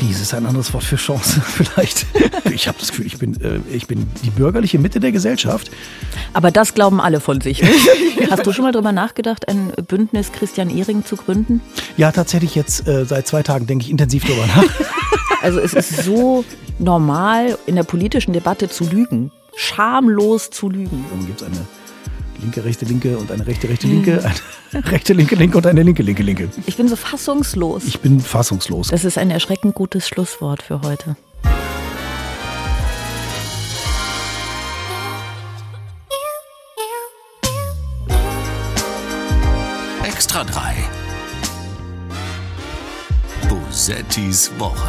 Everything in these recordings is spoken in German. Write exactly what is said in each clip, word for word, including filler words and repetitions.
Krise ist ein anderes Wort für Chance, vielleicht. Ich habe das Gefühl, ich bin, äh, ich bin die bürgerliche Mitte der Gesellschaft. Aber das glauben alle von sich. Ne? Hast du schon mal drüber nachgedacht, ein Bündnis Christian Ehring zu gründen? Ja, tatsächlich jetzt äh, seit zwei Tagen denke ich intensiv drüber nach. Also es ist so normal, in der politischen Debatte zu lügen. Schamlos zu lügen. Dann gibt es eine linke, rechte, linke und eine rechte, rechte, linke, eine rechte, linke, linke und eine linke, linke, linke. Ich bin so fassungslos. Ich bin fassungslos. Das ist ein erschreckend gutes Schlusswort für heute. Extra drei. Bosettis Woche.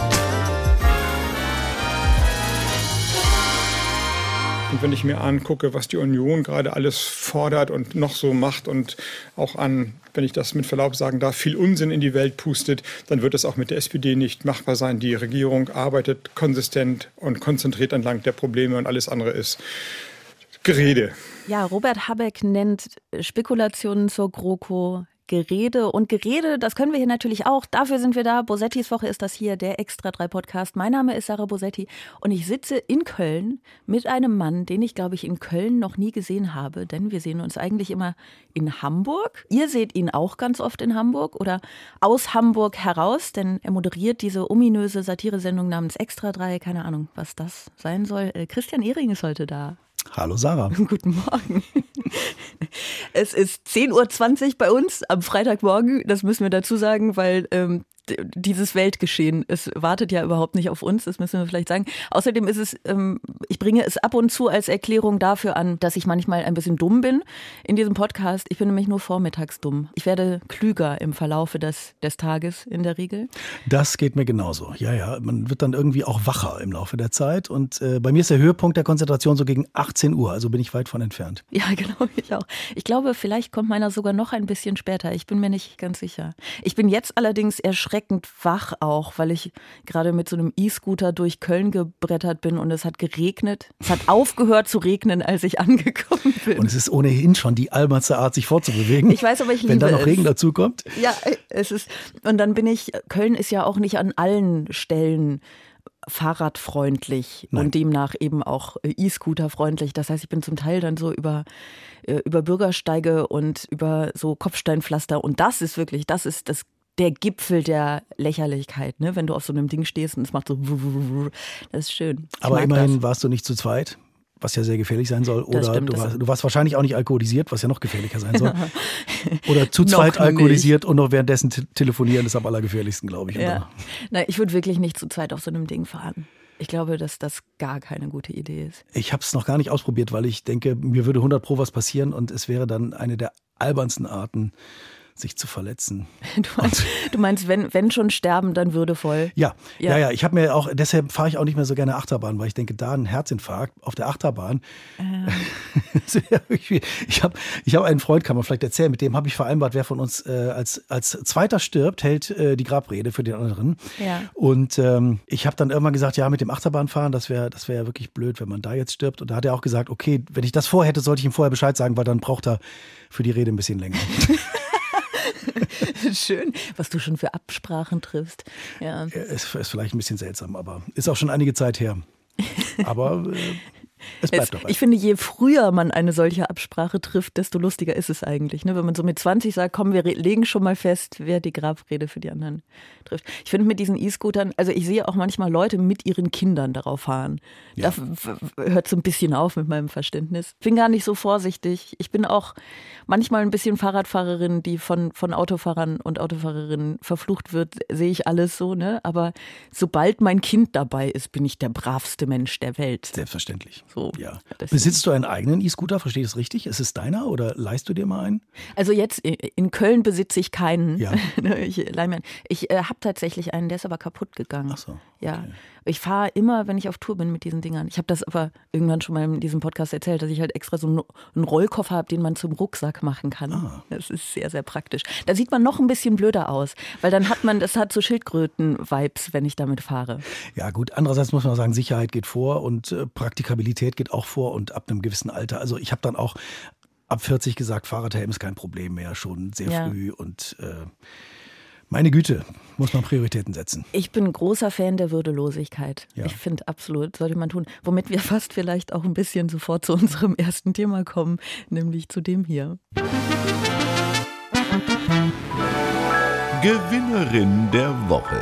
Und wenn ich mir angucke, was die Union gerade alles fordert und noch so macht und auch an, wenn ich das mit Verlaub sagen darf, viel Unsinn in die Welt pustet, dann wird es auch mit der S P D nicht machbar sein. Die Regierung arbeitet konsistent und konzentriert entlang der Probleme und alles andere ist Gerede. Ja, Robert Habeck nennt Spekulationen zur GroKo Gerede. Und Gerede, das können wir hier natürlich auch. Dafür sind wir da. Bosettis Woche ist das hier, der Extra drei Podcast. Mein Name ist Sarah Bosetti und ich sitze in Köln mit einem Mann, den ich, glaube ich, in Köln noch nie gesehen habe. Denn wir sehen uns eigentlich immer in Hamburg. Ihr seht ihn auch ganz oft in Hamburg oder aus Hamburg heraus, denn er moderiert diese ominöse Satiresendung namens Extra drei. Keine Ahnung, was das sein soll. Christian Ehring ist heute da. Hallo Sarah. Guten Morgen. Es ist zehn Uhr zwanzig bei uns am Freitagmorgen. Das müssen wir dazu sagen, weil ähm, dieses Weltgeschehen, es wartet ja überhaupt nicht auf uns, das müssen wir vielleicht sagen. Außerdem ist es, ähm, ich bringe es ab und zu als Erklärung dafür an, dass ich manchmal ein bisschen dumm bin in diesem Podcast. Ich bin nämlich nur vormittags dumm. Ich werde klüger im Verlaufe des, des Tages in der Regel. Das geht mir genauso. Ja, ja, man wird dann irgendwie auch wacher im Laufe der Zeit. Und äh, bei mir ist der Höhepunkt der Konzentration so gegen achtzehn Uhr, also bin ich weit von entfernt. Ja, genau, ich auch. Ich glaube, vielleicht kommt meiner sogar noch ein bisschen später. Ich bin mir nicht ganz sicher. Ich bin jetzt allerdings erschreckend wach auch, weil ich gerade mit so einem E-Scooter durch Köln gebrettert bin und es hat geregnet. Es hat aufgehört zu regnen, als ich angekommen bin. Und es ist ohnehin schon die albernste Art, sich fortzubewegen. Ich weiß, aber ich liebe Wenn da noch es. Regen dazu kommt. Ja, es ist, und dann bin ich, Köln ist ja auch nicht an allen Stellen fahrradfreundlich Nein. und demnach eben auch E-Scooter-freundlich. Das heißt, ich bin zum Teil dann so über, über Bürgersteige und über so Kopfsteinpflaster und das ist wirklich, das ist das der Gipfel der Lächerlichkeit, ne? Wenn du auf so einem Ding stehst und es macht so, das ist schön. Ich Aber immerhin das. warst du nicht zu zweit, was ja sehr gefährlich sein soll. Oder stimmt, du, das warst, du warst wahrscheinlich auch nicht alkoholisiert, was ja noch gefährlicher sein soll. Oder zu zweit Noch alkoholisiert und noch währenddessen te- telefonieren ist am allergefährlichsten, glaube ich. Ja. Nein, ich würde wirklich nicht zu zweit auf so einem Ding fahren. Ich glaube, dass das gar keine gute Idee ist. Ich habe es noch gar nicht ausprobiert, weil ich denke, mir würde hundert Pro was passieren und es wäre dann eine der albernsten Arten, sich zu verletzen. Du meinst, du meinst wenn, wenn schon sterben, dann würdevoll. Ja, ja, Ja. ja. Ich habe mir auch, deshalb fahre ich auch nicht mehr so gerne Achterbahn, weil ich denke, da ein Herzinfarkt auf der Achterbahn. Ähm. ich habe ich hab einen Freund, kann man vielleicht erzählen, mit dem habe ich vereinbart, wer von uns äh, als, als Zweiter stirbt, hält äh, die Grabrede für den anderen. Ja. Und ähm, ich habe dann irgendwann gesagt, ja, mit dem Achterbahnfahren, das wäre das wär ja wirklich blöd, wenn man da jetzt stirbt. Und da hat er auch gesagt, okay, wenn ich das vorhätte, sollte ich ihm vorher Bescheid sagen, weil dann braucht er für die Rede ein bisschen länger. Schön, was du schon für Absprachen triffst. Ja. Ist, ist vielleicht ein bisschen seltsam, aber ist auch schon einige Zeit her. Aber äh, es bleibt Es, dabei. ich finde, je früher man eine solche Absprache trifft, desto lustiger ist es eigentlich. Ne? Wenn man so mit zwanzig sagt, komm, wir re- legen schon mal fest, wer die Grabrede für die anderen trifft. Ich finde mit diesen E-Scootern, also ich sehe auch manchmal Leute mit ihren Kindern darauf fahren. Ja. Da f- f- hört so ein bisschen auf mit meinem Verständnis. Ich bin gar nicht so vorsichtig. Ich bin auch manchmal ein bisschen Fahrradfahrerin, die von, von Autofahrern und Autofahrerinnen verflucht wird, sehe ich alles so. Ne? Aber sobald mein Kind dabei ist, bin ich der bravste Mensch der Welt. Selbstverständlich. So. Ja. Deswegen. Besitzt du einen eigenen E-Scooter? Verstehe ich das richtig? Ist es deiner oder leihst du dir mal einen? Also jetzt in Köln besitze ich keinen. Ja. Ich leih mir einen. Ich äh, habe tatsächlich einen, der ist aber kaputt gegangen. Ach so, Ja. okay. Ich fahre immer, wenn ich auf Tour bin mit diesen Dingern. Ich habe das aber irgendwann schon mal in diesem Podcast erzählt, dass ich halt extra so einen, einen Rollkoffer habe, den man zum Rucksack machen kann. Ah. Das ist sehr, sehr praktisch. Da sieht man noch ein bisschen blöder aus, weil dann hat man, das hat so Schildkröten-Vibes, wenn ich damit fahre. Ja gut, andererseits muss man auch sagen, Sicherheit geht vor und äh, Praktikabilität geht auch vor und ab einem gewissen Alter. Also ich habe dann auch ab vierzig gesagt, Fahrradhelm ist kein Problem mehr, schon sehr Ja. früh und äh, meine Güte, muss man Prioritäten setzen. Ich bin großer Fan der Würdelosigkeit. Ja. Ich finde, absolut, sollte man tun. Womit wir fast vielleicht auch ein bisschen sofort zu unserem ersten Thema kommen, nämlich zu dem hier. Gewinnerin der Woche.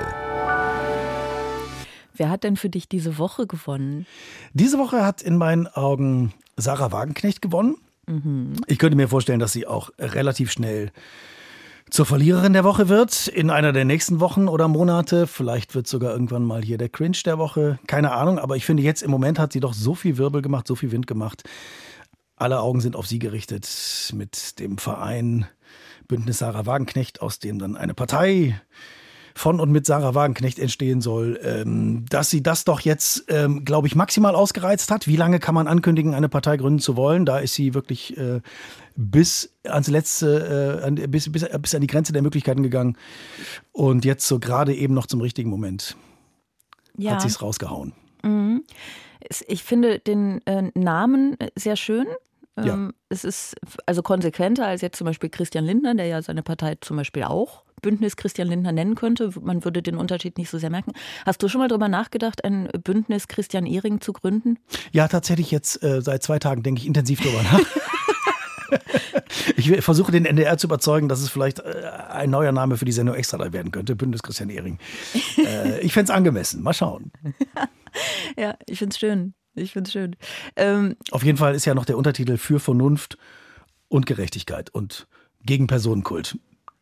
Wer hat denn für dich diese Woche gewonnen? Diese Woche hat in meinen Augen Sarah Wagenknecht gewonnen. Mhm. Ich könnte mir vorstellen, dass sie auch relativ schnell zur Verliererin der Woche wird, in einer der nächsten Wochen oder Monate. Vielleicht wird sogar irgendwann mal hier der Cringe der Woche. Keine Ahnung, aber ich finde jetzt im Moment hat sie doch so viel Wirbel gemacht, so viel Wind gemacht. Alle Augen sind auf sie gerichtet mit dem Verein Bündnis Sarah Wagenknecht, aus dem dann eine Partei von und mit Sarah Wagenknecht entstehen soll, ähm, dass sie das doch jetzt, ähm, glaube ich, maximal ausgereizt hat. Wie lange kann man ankündigen, eine Partei gründen zu wollen? Da ist sie wirklich äh, bis ans letzte, äh, an, bis, bis, bis an die Grenze der Möglichkeiten gegangen. Und jetzt so gerade eben noch zum richtigen Moment ja. hat sie es rausgehauen. Mhm. Ich finde den äh, Namen sehr schön. Ähm, ja. Es ist also konsequenter als jetzt zum Beispiel Christian Lindner, der ja seine Partei zum Beispiel auch Bündnis Christian Lindner nennen könnte. Man würde den Unterschied nicht so sehr merken. Hast du schon mal darüber nachgedacht, ein Bündnis Christian Ehring zu gründen? Ja, tatsächlich jetzt äh, seit zwei Tagen denke ich intensiv darüber nach. Ich versuche den N D R zu überzeugen, dass es vielleicht äh, ein neuer Name für die Sendung Extra drei werden könnte. Bündnis Christian Ehring. Äh, ich fände es angemessen. Mal schauen. Ja, ich finde es schön. Ich finde es schön. Ähm, Auf jeden Fall ist ja noch der Untertitel für Vernunft und Gerechtigkeit und gegen Personenkult.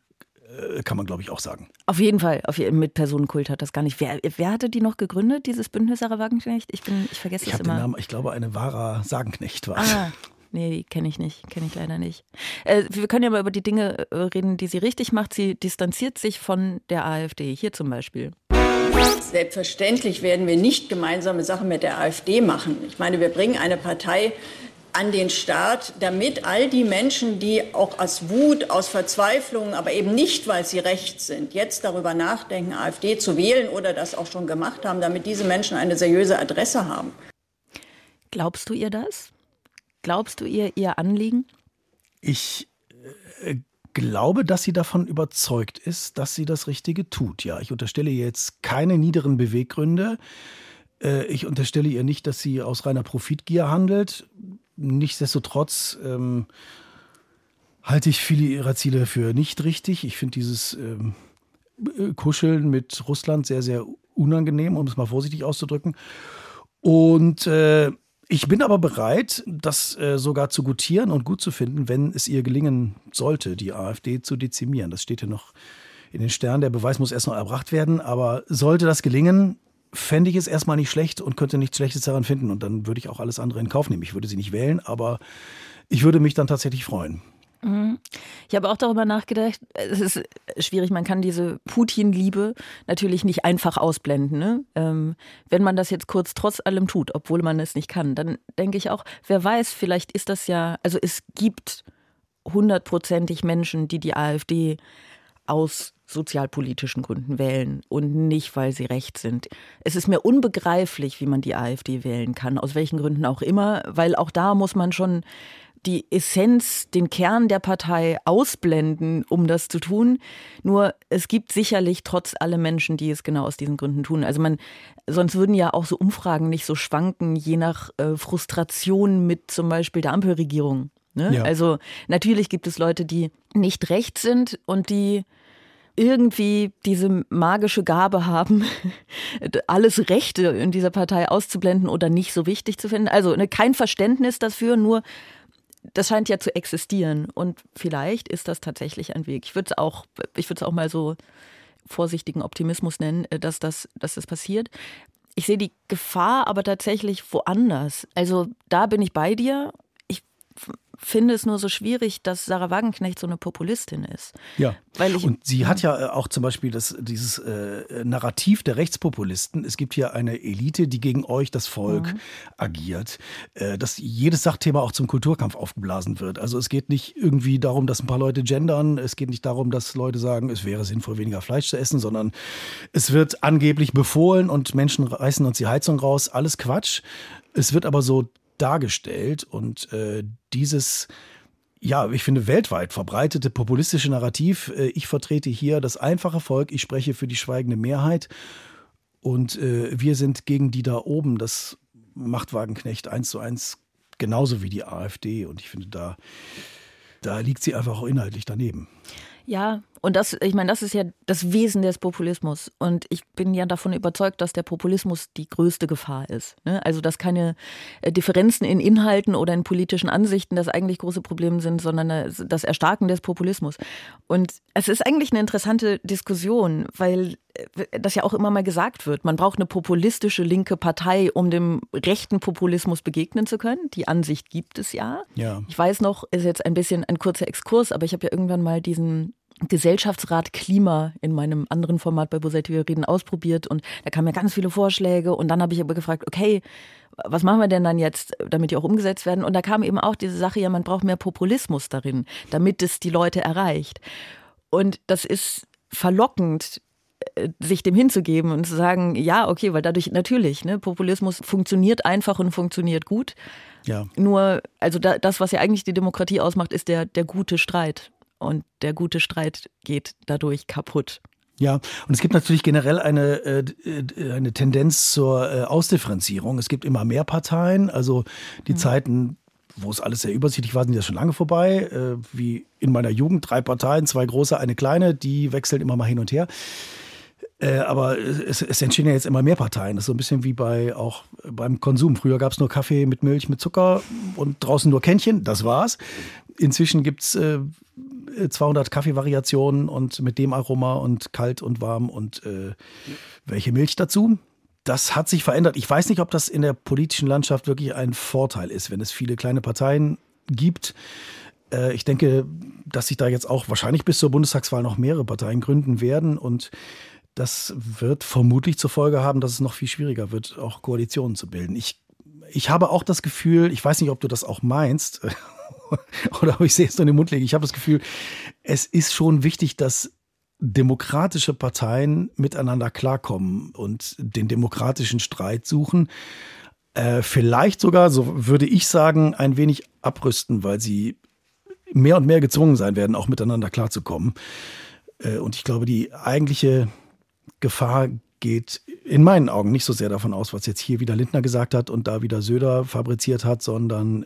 Kann man, glaube ich, auch sagen. Auf jeden Fall. Auf jeden, mit Personenkult hat das gar nicht. Wer, wer hatte die noch gegründet, dieses Bündnis Sarah Wagenknecht? Ich, bin, ich vergesse ich das immer. Den Namen, ich glaube, eine Vara Sagenknecht war. Ah, nee, die kenne ich nicht. Kenne ich leider nicht. Äh, wir können ja mal über die Dinge reden, die sie richtig macht. Sie distanziert sich von der AfD. Hier zum Beispiel. Selbstverständlich werden wir nicht gemeinsame Sachen mit der AfD machen. Ich meine, wir bringen eine Partei an den Start, damit all die Menschen, die auch aus Wut, aus Verzweiflung, aber eben nicht, weil sie rechts sind, jetzt darüber nachdenken, AfD zu wählen oder das auch schon gemacht haben, damit diese Menschen eine seriöse Adresse haben. Glaubst du ihr das? Glaubst du ihr ihr Anliegen? Ich äh, glaube, dass sie davon überzeugt ist, dass sie das Richtige tut. Ja, ich unterstelle ihr jetzt keine niederen Beweggründe. Äh, ich unterstelle ihr nicht, dass sie aus reiner Profitgier handelt. Nichtsdestotrotz ähm, halte ich viele ihrer Ziele für nicht richtig. Ich finde dieses ähm, Kuscheln mit Russland sehr, sehr unangenehm, um es mal vorsichtig auszudrücken. Und äh, ich bin aber bereit, das äh, sogar zu gutieren und gut zu finden, wenn es ihr gelingen sollte, die AfD zu dezimieren. Das steht ja noch in den Sternen. Der Beweis muss erst noch erbracht werden. Aber sollte das gelingen, fände ich es erstmal nicht schlecht und könnte nichts Schlechtes daran finden. Und dann würde ich auch alles andere in Kauf nehmen. Ich würde sie nicht wählen, aber ich würde mich dann tatsächlich freuen. Ich habe auch darüber nachgedacht, es ist schwierig, man kann diese Putin-Liebe natürlich nicht einfach ausblenden. Ne? Ähm, wenn man das jetzt kurz trotz allem tut, obwohl man es nicht kann, dann denke ich auch, wer weiß, vielleicht ist das ja, also es gibt hundertprozentig Menschen, die die AfD aus sozialpolitischen Gründen wählen und nicht, weil sie rechts sind. Es ist mir unbegreiflich, wie man die AfD wählen kann, aus welchen Gründen auch immer, weil auch da muss man schon die Essenz, den Kern der Partei ausblenden, um das zu tun. Nur es gibt sicherlich trotz allem Menschen, die es genau aus diesen Gründen tun. Also man, sonst würden ja auch so Umfragen nicht so schwanken, je nach äh, Frustration mit zum Beispiel der Ampelregierung. Ne? Ja. Also natürlich gibt es Leute, die nicht rechts sind und die irgendwie diese magische Gabe haben, alles Rechte in dieser Partei auszublenden oder nicht so wichtig zu finden. Also ne, kein Verständnis dafür, nur das scheint ja zu existieren. Und vielleicht ist das tatsächlich ein Weg. Ich würde es auch, ich würde es auch mal so vorsichtigen Optimismus nennen, dass das, dass das passiert. Ich sehe die Gefahr aber tatsächlich woanders. Also da bin ich bei dir. Ich finde es nur so schwierig, dass Sarah Wagenknecht so eine Populistin ist. Ja, Weil ich, und sie hat ja auch zum Beispiel das, dieses äh, Narrativ der Rechtspopulisten. Es gibt hier eine Elite, die gegen euch, das Volk, mhm. agiert. Äh, dass jedes Sachthema auch zum Kulturkampf aufgeblasen wird. Also es geht nicht irgendwie darum, dass ein paar Leute gendern. Es geht nicht darum, dass Leute sagen, es wäre sinnvoll, weniger Fleisch zu essen, sondern es wird angeblich befohlen und Menschen reißen uns die Heizung raus. Alles Quatsch. Es wird aber so dargestellt und äh, dieses ja, ich finde, weltweit verbreitete populistische Narrativ. Ich vertrete hier das einfache Volk, ich spreche für die schweigende Mehrheit und äh, wir sind gegen die da oben. Das macht Wagenknecht eins zu eins genauso wie die AfD und ich finde, da, da liegt sie einfach auch inhaltlich daneben. Ja, und das, ich meine, das ist ja das Wesen des Populismus. Und ich bin ja davon überzeugt, dass der Populismus die größte Gefahr ist. Ne? Also, dass keine Differenzen in Inhalten oder in politischen Ansichten das eigentlich große Problem sind, sondern das Erstarken des Populismus. Und es ist eigentlich eine interessante Diskussion, weil das ja auch immer mal gesagt wird. Man braucht eine populistische linke Partei, um dem rechten Populismus begegnen zu können. Die Ansicht gibt es ja. Ja. Ich weiß noch, ist jetzt ein bisschen ein kurzer Exkurs, aber ich habe ja irgendwann mal diesen Gesellschaftsrat Klima in meinem anderen Format bei Bosetti wir reden ausprobiert und da kamen ja ganz viele Vorschläge und dann habe ich aber gefragt, okay, was machen wir denn dann jetzt, damit die auch umgesetzt werden? Und da kam eben auch diese Sache, ja, man braucht mehr Populismus darin, damit es die Leute erreicht. Und das ist verlockend, sich dem hinzugeben und zu sagen, ja, okay, weil dadurch natürlich, ne, Populismus funktioniert einfach und funktioniert gut. Ja. Nur, also da, das, was ja eigentlich die Demokratie ausmacht, ist der, der gute Streit. Und der gute Streit geht dadurch kaputt. Ja, und es gibt natürlich generell eine, äh, eine Tendenz zur äh, Ausdifferenzierung. Es gibt immer mehr Parteien, also die mhm. Zeiten, wo es alles sehr übersichtlich war, sind ja schon lange vorbei. Äh, wie in meiner Jugend, drei Parteien, zwei große, eine kleine, die wechseln immer mal hin und her. Äh, aber es, es entstehen ja jetzt immer mehr Parteien. Das ist so ein bisschen wie bei auch beim Konsum. Früher gab es nur Kaffee mit Milch, mit Zucker und draußen nur Kännchen. Das war's. Inzwischen gibt es äh, zweihundert Kaffeevariationen und mit dem Aroma und kalt und warm und äh, welche Milch dazu. Das hat sich verändert. Ich weiß nicht, ob das in der politischen Landschaft wirklich ein Vorteil ist, wenn es viele kleine Parteien gibt. Äh, ich denke, dass sich da jetzt auch wahrscheinlich bis zur Bundestagswahl noch mehrere Parteien gründen werden und das wird vermutlich zur Folge haben, dass es noch viel schwieriger wird, auch Koalitionen zu bilden. Ich, ich habe auch das Gefühl, ich weiß nicht, ob du das auch meinst oder ob ich es in den Mund lege. Ich habe das Gefühl, es ist schon wichtig, dass demokratische Parteien miteinander klarkommen und den demokratischen Streit suchen. Äh, vielleicht sogar, so würde ich sagen, ein wenig abrüsten, weil sie mehr und mehr gezwungen sein werden, auch miteinander klarzukommen. Äh, und ich glaube, die eigentliche Gefahr geht in meinen Augen nicht so sehr davon aus, was jetzt hier wieder Lindner gesagt hat und da wieder Söder fabriziert hat, sondern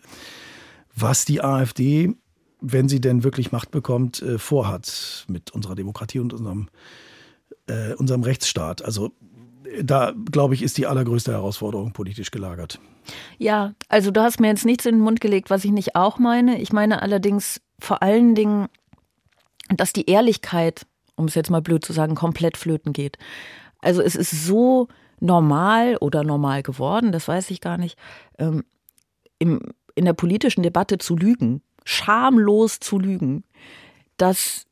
was die AfD, wenn sie denn wirklich Macht bekommt, äh, vorhat mit unserer Demokratie und unserem, äh, unserem Rechtsstaat. Also da, glaube ich, ist die allergrößte Herausforderung politisch gelagert. Ja, also du hast mir jetzt nichts in den Mund gelegt, was ich nicht auch meine. Ich meine allerdings vor allen Dingen, dass die Ehrlichkeit, um es jetzt mal blöd zu sagen, komplett flöten geht. Also es ist so normal oder normal geworden, das weiß ich gar nicht, ähm, im, in der politischen Debatte zu lügen, schamlos zu lügen, dass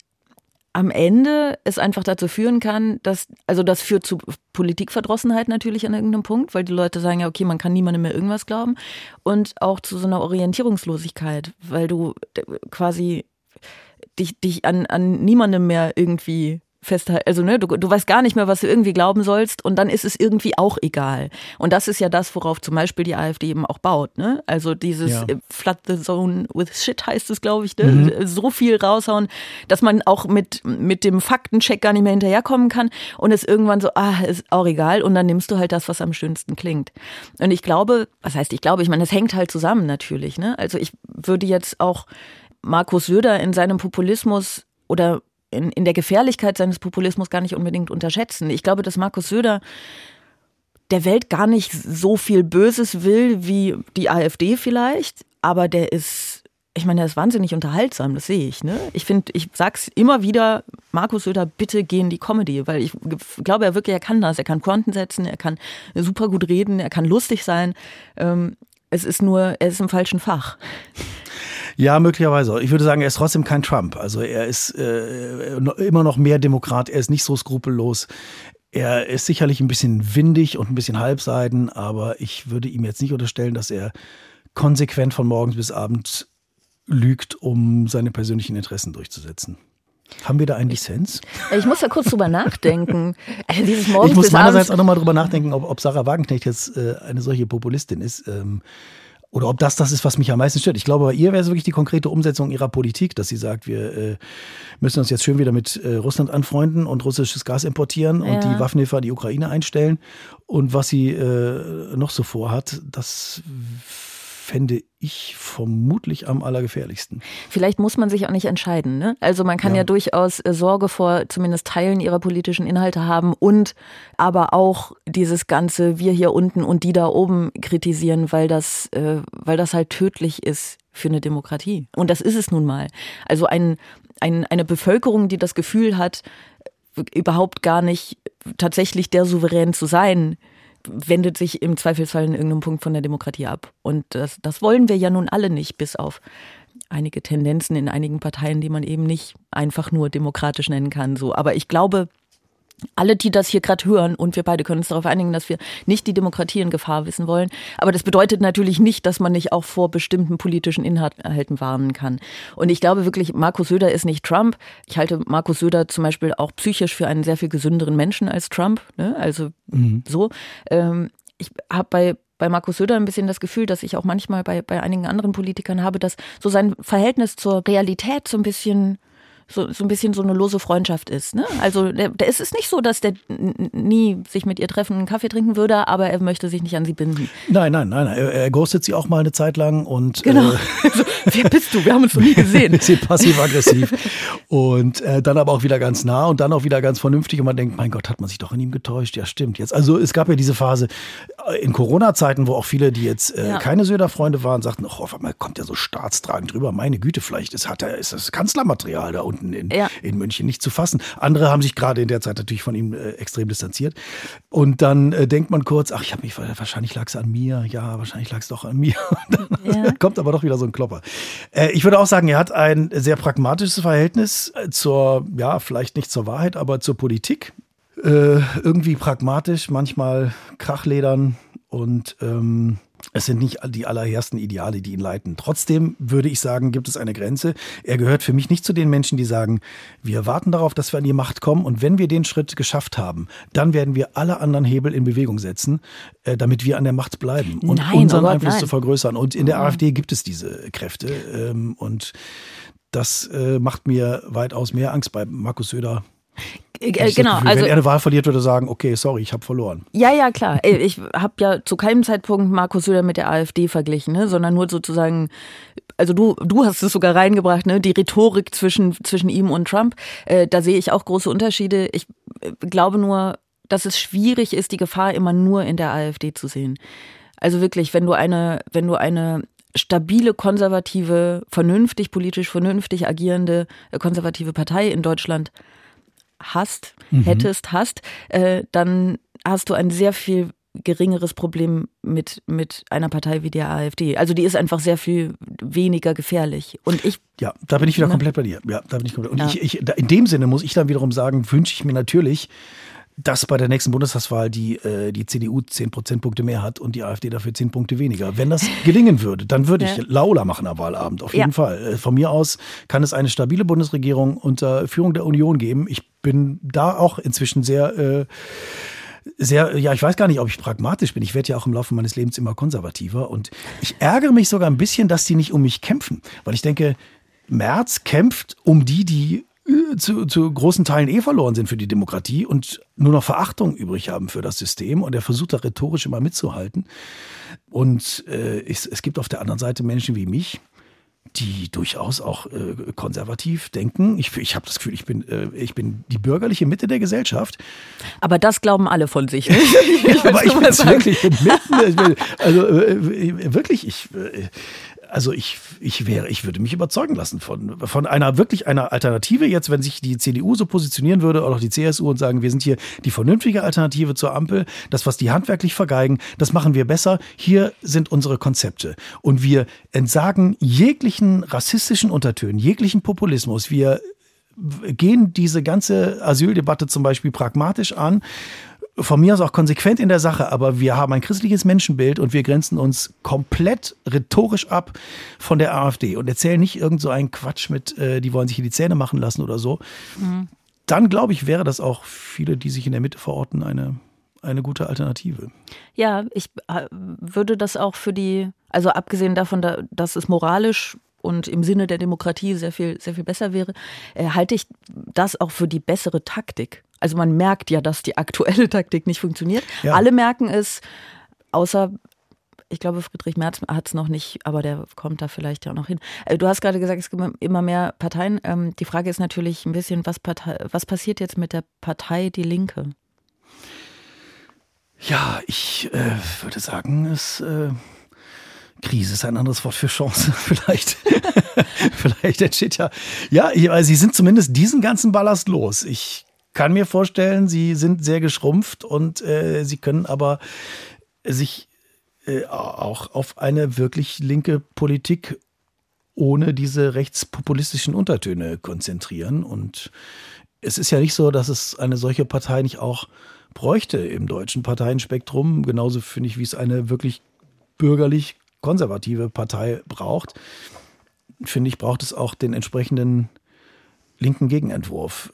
am Ende es einfach dazu führen kann, dass, also das führt zu Politikverdrossenheit natürlich an irgendeinem Punkt, weil die Leute sagen, ja okay, man kann niemandem mehr irgendwas glauben und auch zu so einer Orientierungslosigkeit, weil du quasi dich, dich an, an niemandem mehr irgendwie festhalten, also ne, du, du weißt gar nicht mehr, was du irgendwie glauben sollst und dann ist es irgendwie auch egal. Und das ist ja das, worauf zum Beispiel die AfD eben auch baut, ne? Also dieses ja. Flood the zone with shit heißt es, glaube ich, ne? Mhm. So viel raushauen, dass man auch mit, mit dem Faktencheck gar nicht mehr hinterherkommen kann und es irgendwann so, ah, ist auch egal und dann nimmst du halt das, was am schönsten klingt. Und ich glaube, was heißt ich glaube, ich meine, das hängt halt zusammen natürlich, ne? Also ich würde jetzt auch Markus Söder in seinem Populismus oder In, in der Gefährlichkeit seines Populismus gar nicht unbedingt unterschätzen. Ich glaube, dass Markus Söder der Welt gar nicht so viel Böses will wie die AfD vielleicht, aber der ist, ich meine, der ist wahnsinnig unterhaltsam, das sehe ich. Ne? Ich finde, ich sag's immer wieder, Markus Söder, bitte geh in die Comedy, weil ich glaube, er wirklich, er kann das, er kann Pointen setzen, er kann super gut reden, er kann lustig sein. Ähm, es ist nur, er ist im falschen Fach. Ja, möglicherweise. Ich würde sagen, er ist trotzdem kein Trump. Also er ist äh, immer noch mehr Demokrat, er ist nicht so skrupellos. Er ist sicherlich ein bisschen windig und ein bisschen halbseiden, aber ich würde ihm jetzt nicht unterstellen, dass er konsequent von morgens bis abends lügt, um seine persönlichen Interessen durchzusetzen. Haben wir da einen Dissens? Ich muss da kurz drüber nachdenken. Also dieses morgens ich muss bis meinerseits abends auch nochmal drüber nachdenken, ob, ob Sarah Wagenknecht jetzt äh, eine solche Populistin ist. Ähm, Oder ob das das ist, was mich am meisten stört. Ich glaube, bei ihr wäre es wirklich die konkrete Umsetzung ihrer Politik, dass sie sagt, wir äh, müssen uns jetzt schön wieder mit äh, Russland anfreunden und russisches Gas importieren und ja. die Waffenhilfe an die Ukraine einstellen. Und was sie äh, noch so vorhat, das fände ich vermutlich am allergefährlichsten. Vielleicht muss man sich auch nicht entscheiden, ne? Also man kann ja, ja durchaus äh, Sorge vor zumindest Teilen ihrer politischen Inhalte haben und aber auch dieses ganze wir hier unten und die da oben kritisieren, weil das, äh, weil das halt tödlich ist für eine Demokratie. Und das ist es nun mal. Also ein, ein, eine Bevölkerung, die das Gefühl hat, überhaupt gar nicht tatsächlich der Souverän zu sein, wendet sich im Zweifelsfall in irgendeinem Punkt von der Demokratie ab. Und das, das wollen wir ja nun alle nicht, bis auf einige Tendenzen in einigen Parteien, die man eben nicht einfach nur demokratisch nennen kann. So. Aber ich glaube, alle, die das hier gerade hören, und wir beide können uns darauf einigen, dass wir nicht die Demokratie in Gefahr wissen wollen. Aber das bedeutet natürlich nicht, dass man nicht auch vor bestimmten politischen Inhalten warnen kann. Und ich glaube wirklich, Markus Söder ist nicht Trump. Ich halte Markus Söder zum Beispiel auch psychisch für einen sehr viel gesünderen Menschen als Trump. Ne? Also mhm. so. Ähm, ich habe bei bei Markus Söder ein bisschen das Gefühl, dass ich auch manchmal bei, bei einigen anderen Politikern habe, dass so sein Verhältnis zur Realität so ein bisschen So, so ein bisschen so eine lose Freundschaft ist. Ne? Also der, der, es ist nicht so, dass der n- nie sich mit ihr treffen, einen Kaffee trinken würde, aber er möchte sich nicht an sie binden. Nein, nein, nein. Er, er ghostet sie auch mal eine Zeit lang. Und, genau. Äh, also, wer bist du? Wir haben uns noch nie gesehen. Ein bisschen passiv-aggressiv. Und äh, dann aber auch wieder ganz nah und dann auch wieder ganz vernünftig. Und man denkt, mein Gott, hat man sich doch in ihm getäuscht? Ja, stimmt. Jetzt, also es gab ja diese Phase in Corona-Zeiten, wo auch viele, die jetzt äh, ja. keine Söder-Freunde waren, sagten, ach, auf einmal kommt er so staatstragend drüber. Meine Güte, vielleicht ist, hat er, ist das Kanzlermaterial da unten in, ja. in München nicht zu fassen. Andere haben sich gerade in der Zeit natürlich von ihm äh, extrem distanziert. Und dann äh, denkt man kurz, ach, ich habe mich, wahrscheinlich lag es an mir. Ja, wahrscheinlich lag es doch an mir. Dann ja. kommt aber doch wieder so ein Klopper. Äh, ich würde auch sagen, er hat ein sehr pragmatisches Verhältnis zur, ja, vielleicht nicht zur Wahrheit, aber zur Politik. Äh, irgendwie pragmatisch, manchmal Krachledern und ähm, es sind nicht die allerersten Ideale, die ihn leiten. Trotzdem würde ich sagen, gibt es eine Grenze. Er gehört für mich nicht zu den Menschen, die sagen, wir warten darauf, dass wir an die Macht kommen und wenn wir den Schritt geschafft haben, dann werden wir alle anderen Hebel in Bewegung setzen, äh, damit wir an der Macht bleiben und nein, unseren oh Gott, Einfluss nein. zu vergrößern. Und in der mhm. AfD gibt es diese Kräfte ähm, und das äh, macht mir weitaus mehr Angst bei Markus Söder. Äh, genau, Gefühl, also wenn er eine Wahl verliert, würde er sagen, okay, sorry, ich habe verloren. Ja, ja, klar. Ich habe ja zu keinem Zeitpunkt Markus Söder mit der AfD verglichen, ne? Sondern nur sozusagen, also du du hast es sogar reingebracht, ne? Die Rhetorik zwischen zwischen ihm und Trump. Äh, da sehe ich auch große Unterschiede. Ich äh, glaube nur, dass es schwierig ist, die Gefahr immer nur in der AfD zu sehen. Also wirklich, wenn du eine, wenn du eine stabile, konservative, vernünftig, politisch vernünftig agierende äh, konservative Partei in Deutschland hast, mhm. hättest, hast, äh, dann hast du ein sehr viel geringeres Problem mit, mit einer Partei wie der AfD. Also die ist einfach sehr viel weniger gefährlich. Und ich Ja, da bin ich wieder ne? komplett bei dir. Ja, da bin ich komplett. Und ja. ich, ich, da, in dem Sinne muss ich dann wiederum sagen, wünsche ich mir natürlich, dass bei der nächsten Bundestagswahl die, äh, die C D U zehn Prozentpunkte mehr hat und die AfD dafür zehn Punkte weniger. Wenn das gelingen würde, dann würde ich ja. Laula machen am Wahlabend, auf jeden ja. Fall. Von mir aus kann es eine stabile Bundesregierung unter Führung der Union geben. Ich bin da auch inzwischen sehr, äh, sehr, ja, ich weiß gar nicht, ob ich pragmatisch bin. Ich werde ja auch im Laufe meines Lebens immer konservativer und ich ärgere mich sogar ein bisschen, dass die nicht um mich kämpfen. Weil ich denke, Merz kämpft um die, die Zu, zu großen Teilen eh verloren sind für die Demokratie und nur noch Verachtung übrig haben für das System. Und er versucht da rhetorisch immer mitzuhalten. Und äh, es, es gibt auf der anderen Seite Menschen wie mich, die durchaus auch äh, konservativ denken. Ich, ich habe das Gefühl, ich bin, äh, ich bin die bürgerliche Mitte der Gesellschaft. Aber das glauben alle von sich. Ne? ich Aber ich bin wirklich mitten. Also äh, wirklich, ich... Äh, Also ich, ich wäre, ich würde mich überzeugen lassen von, von einer wirklich einer Alternative. Jetzt, wenn sich die C D U so positionieren würde oder auch die C S U und sagen, wir sind hier die vernünftige Alternative zur Ampel, das, was die handwerklich vergeigen, das machen wir besser. Hier sind unsere Konzepte. Und wir entsagen jeglichen rassistischen Untertönen, jeglichen Populismus. Wir gehen diese ganze Asyldebatte zum Beispiel pragmatisch an. Von mir aus auch konsequent in der Sache, aber wir haben ein christliches Menschenbild und wir grenzen uns komplett rhetorisch ab von der AfD und erzählen nicht irgend so einen Quatsch mit, äh, die wollen sich hier die Zähne machen lassen oder so. Mhm. Dann, glaube ich, wäre das auch viele, die sich in der Mitte verorten, eine eine gute Alternative. Ja, ich würde das auch für die, also abgesehen davon, dass es moralisch und im Sinne der Demokratie sehr viel, sehr viel besser wäre, äh, halte ich das auch für die bessere Taktik. Also man merkt ja, dass die aktuelle Taktik nicht funktioniert. Ja. Alle merken es, außer, ich glaube, Friedrich Merz hat es noch nicht, aber der kommt da vielleicht ja auch noch hin. Du hast gerade gesagt, es gibt immer mehr Parteien. Die Frage ist natürlich ein bisschen, was, Partei, was passiert jetzt mit der Partei Die Linke? Ja, ich äh, würde sagen, es... Äh Krise ist ein anderes Wort für Chance. Vielleicht, vielleicht entsteht ja, ja, also sie sind zumindest diesen ganzen Ballast los. Ich kann mir vorstellen, sie sind sehr geschrumpft und äh, sie können aber sich äh, auch auf eine wirklich linke Politik ohne diese rechtspopulistischen Untertöne konzentrieren. Und es ist ja nicht so, dass es eine solche Partei nicht auch bräuchte im deutschen Parteienspektrum. Genauso finde ich, wie es eine wirklich bürgerlich konservative Partei braucht, finde ich, braucht es auch den entsprechenden linken Gegenentwurf.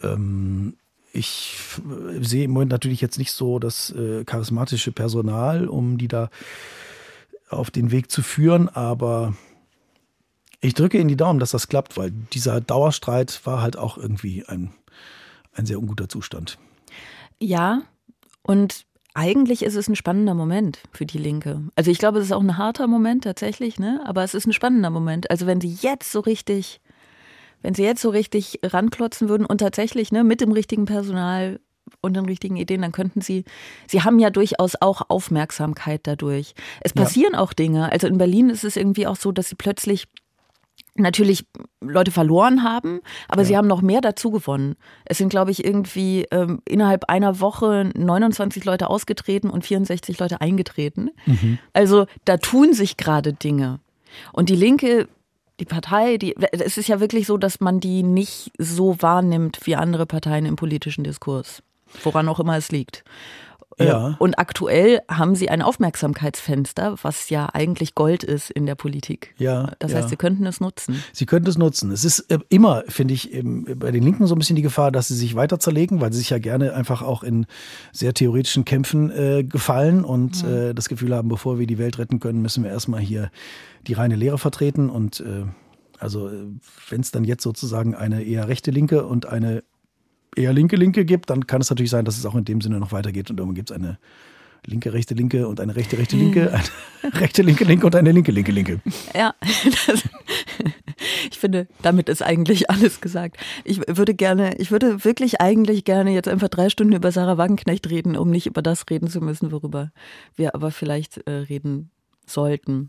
Ich sehe im Moment natürlich jetzt nicht so das charismatische Personal, um die da auf den Weg zu führen, aber ich drücke Ihnen die Daumen, dass das klappt, weil dieser Dauerstreit war halt auch irgendwie ein, ein sehr unguter Zustand. Ja, und eigentlich ist es ein spannender Moment für die Linke. Also ich glaube, es ist auch ein harter Moment tatsächlich, ne? Aber es ist ein spannender Moment. Also wenn sie jetzt so richtig, wenn sie jetzt so richtig ranklotzen würden und tatsächlich, ne, mit dem richtigen Personal und den richtigen Ideen, dann könnten sie, sie haben ja durchaus auch Aufmerksamkeit dadurch. Es passieren ja auch Dinge. Also in Berlin ist es irgendwie auch so, dass sie plötzlich natürlich Leute verloren haben, aber ja. sie haben noch mehr dazu gewonnen. Es sind, glaube ich, irgendwie ähm, innerhalb einer Woche neunundzwanzig Leute ausgetreten und vierundsechzig Leute eingetreten. Mhm. Also da tun sich gerade Dinge. Und die Linke, die Partei, die, es ist ja wirklich so, dass man die nicht so wahrnimmt wie andere Parteien im politischen Diskurs, woran auch immer es liegt. Ja. Und aktuell haben sie ein Aufmerksamkeitsfenster, was ja eigentlich Gold ist in der Politik. Ja, das ja. heißt, sie könnten es nutzen. Sie könnten es nutzen. Es ist immer, finde ich, bei den Linken so ein bisschen die Gefahr, dass sie sich weiter zerlegen, weil sie sich ja gerne einfach auch in sehr theoretischen Kämpfen äh, gefallen und mhm. äh, das Gefühl haben, bevor wir die Welt retten können, müssen wir erstmal hier die reine Lehre vertreten. Und äh, also wenn es dann jetzt sozusagen eine eher rechte Linke und eine eher linke Linke gibt, dann kann es natürlich sein, dass es auch in dem Sinne noch weitergeht und irgendwann gibt es eine linke, rechte, linke und eine rechte, rechte, linke, eine rechte, linke, linke und eine linke, linke, linke. Ja, das, ich finde, damit ist eigentlich alles gesagt. Ich würde gerne, ich würde wirklich eigentlich gerne jetzt einfach drei Stunden über Sarah Wagenknecht reden, um nicht über das reden zu müssen, worüber wir aber vielleicht äh, reden sollten.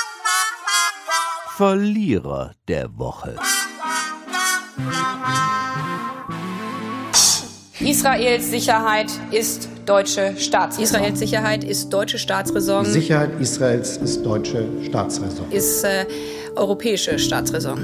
Verlierer der Woche. Israels Sicherheit ist deutsche Staatsräson. Israels Sicherheit ist deutsche Staatsräson. Die Sicherheit Israels ist deutsche Staatsräson. Ist äh, europäische Staatsräson.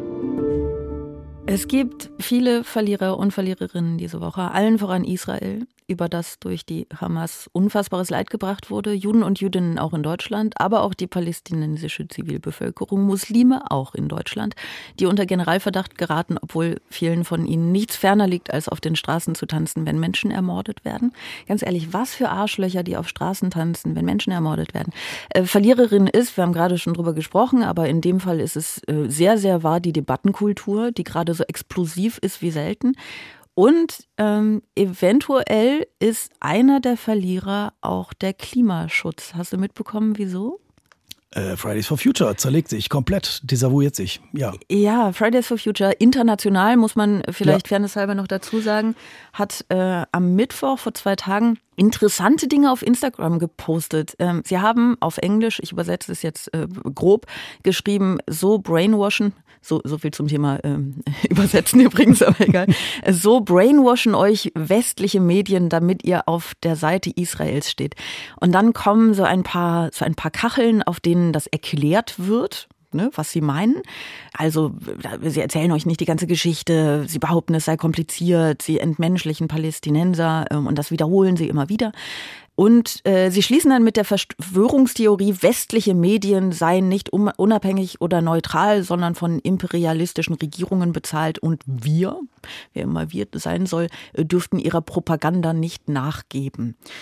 Es gibt viele Verlierer und Verliererinnen diese Woche, allen voran Israel, über das durch die Hamas unfassbares Leid gebracht wurde, Juden und Jüdinnen auch in Deutschland, aber auch die palästinensische Zivilbevölkerung, Muslime auch in Deutschland, die unter Generalverdacht geraten, obwohl vielen von ihnen nichts ferner liegt, als auf den Straßen zu tanzen, wenn Menschen ermordet werden. Ganz ehrlich, was für Arschlöcher, die auf Straßen tanzen, wenn Menschen ermordet werden. Äh, Verliererin ist, wir haben gerade schon drüber gesprochen, aber in dem Fall ist es äh, sehr, sehr wahr, die Debattenkultur, die gerade so explosiv ist wie selten. Und ähm, eventuell ist einer der Verlierer auch der Klimaschutz. Hast du mitbekommen, wieso? Äh, Fridays for Future zerlegt sich komplett, desavouiert sich, ja. Ja, Fridays for Future, international, muss man vielleicht ja. fairnesshalber noch dazu sagen, hat äh, am Mittwoch vor zwei Tagen interessante Dinge auf Instagram gepostet. Ähm, sie haben auf Englisch, ich übersetze es jetzt äh, grob, geschrieben, so brainwashen, so, so viel zum Thema ähm, Übersetzen übrigens, aber egal, so brainwashen euch westliche Medien, damit ihr auf der Seite Israels steht. Und dann kommen so ein paar, so ein paar Kacheln, auf denen das erklärt wird, ne, was sie meinen. Also sie erzählen euch nicht die ganze Geschichte, sie behaupten, es sei kompliziert, sie entmenschlichen Palästinenser ähm, und das wiederholen sie immer wieder. Und äh, sie schließen dann mit der Verschwörungstheorie, westliche Medien seien nicht unabhängig oder neutral, sondern von imperialistischen Regierungen bezahlt und wir, wer immer wir sein soll, dürften ihrer Propaganda nicht nachgeben.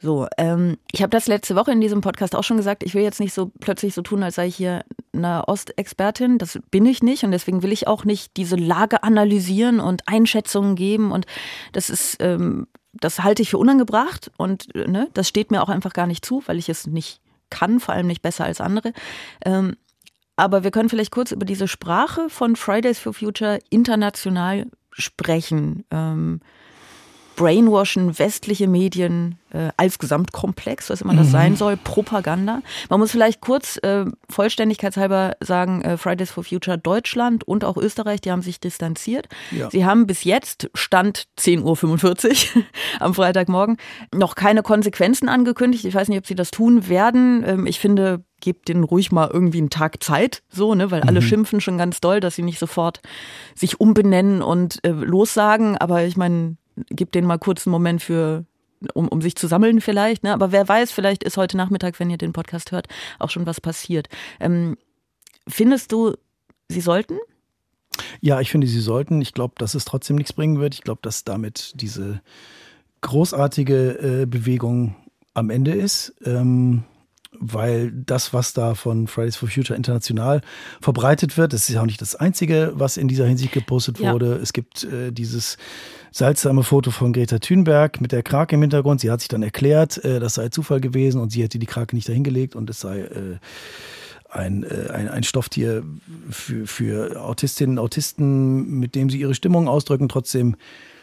So, ähm, ich habe das letzte Woche in diesem Podcast auch schon gesagt, ich will jetzt nicht so plötzlich so tun, als sei ich hier eine Ostexpertin, das bin ich nicht und deswegen will ich auch nicht diese Lage analysieren und Einschätzungen geben und das ist, ähm, das halte ich für unangebracht und ne, das steht mir auch einfach gar nicht zu, weil ich es nicht kann, vor allem nicht besser als andere. Ähm, aber wir können vielleicht kurz über diese Sprache von Fridays for Future international sprechen. Ähm, Brainwashen, westliche Medien äh, als Gesamtkomplex, was immer das mhm. sein soll, Propaganda. Man muss vielleicht kurz äh, vollständigkeitshalber sagen, äh, Fridays for Future Deutschland und auch Österreich, die haben sich distanziert. Ja. Sie haben bis jetzt, Stand zehn Uhr fünfundvierzig am Freitagmorgen, noch keine Konsequenzen angekündigt. Ich weiß nicht, ob sie das tun werden. Ähm, ich finde, gebt denen ruhig mal irgendwie einen Tag Zeit, so, ne, weil alle mhm. schimpfen schon ganz doll, dass sie nicht sofort sich umbenennen und äh, lossagen. Aber ich meine, gebt denen mal kurz einen Moment für, um, um sich zu sammeln vielleicht. Ne? Aber wer weiß, vielleicht ist heute Nachmittag, wenn ihr den Podcast hört, auch schon was passiert. Ähm, findest du, sie sollten? Ja, ich finde, sie sollten. Ich glaube, dass es trotzdem nichts bringen wird. Ich glaube, dass damit diese großartige äh, Bewegung am Ende ist. Ähm, weil das, was da von Fridays for Future international verbreitet wird, das ist ja auch nicht das Einzige, was in dieser Hinsicht gepostet ja. wurde. Es gibt äh, dieses seltsame Foto von Greta Thunberg mit der Krake im Hintergrund. Sie hat sich dann erklärt, äh, das sei Zufall gewesen und sie hätte die Krake nicht dahingelegt und es sei äh, ein, äh, ein, ein Stofftier für, für Autistinnen und Autisten, mit dem sie ihre Stimmung ausdrücken. Trotzdem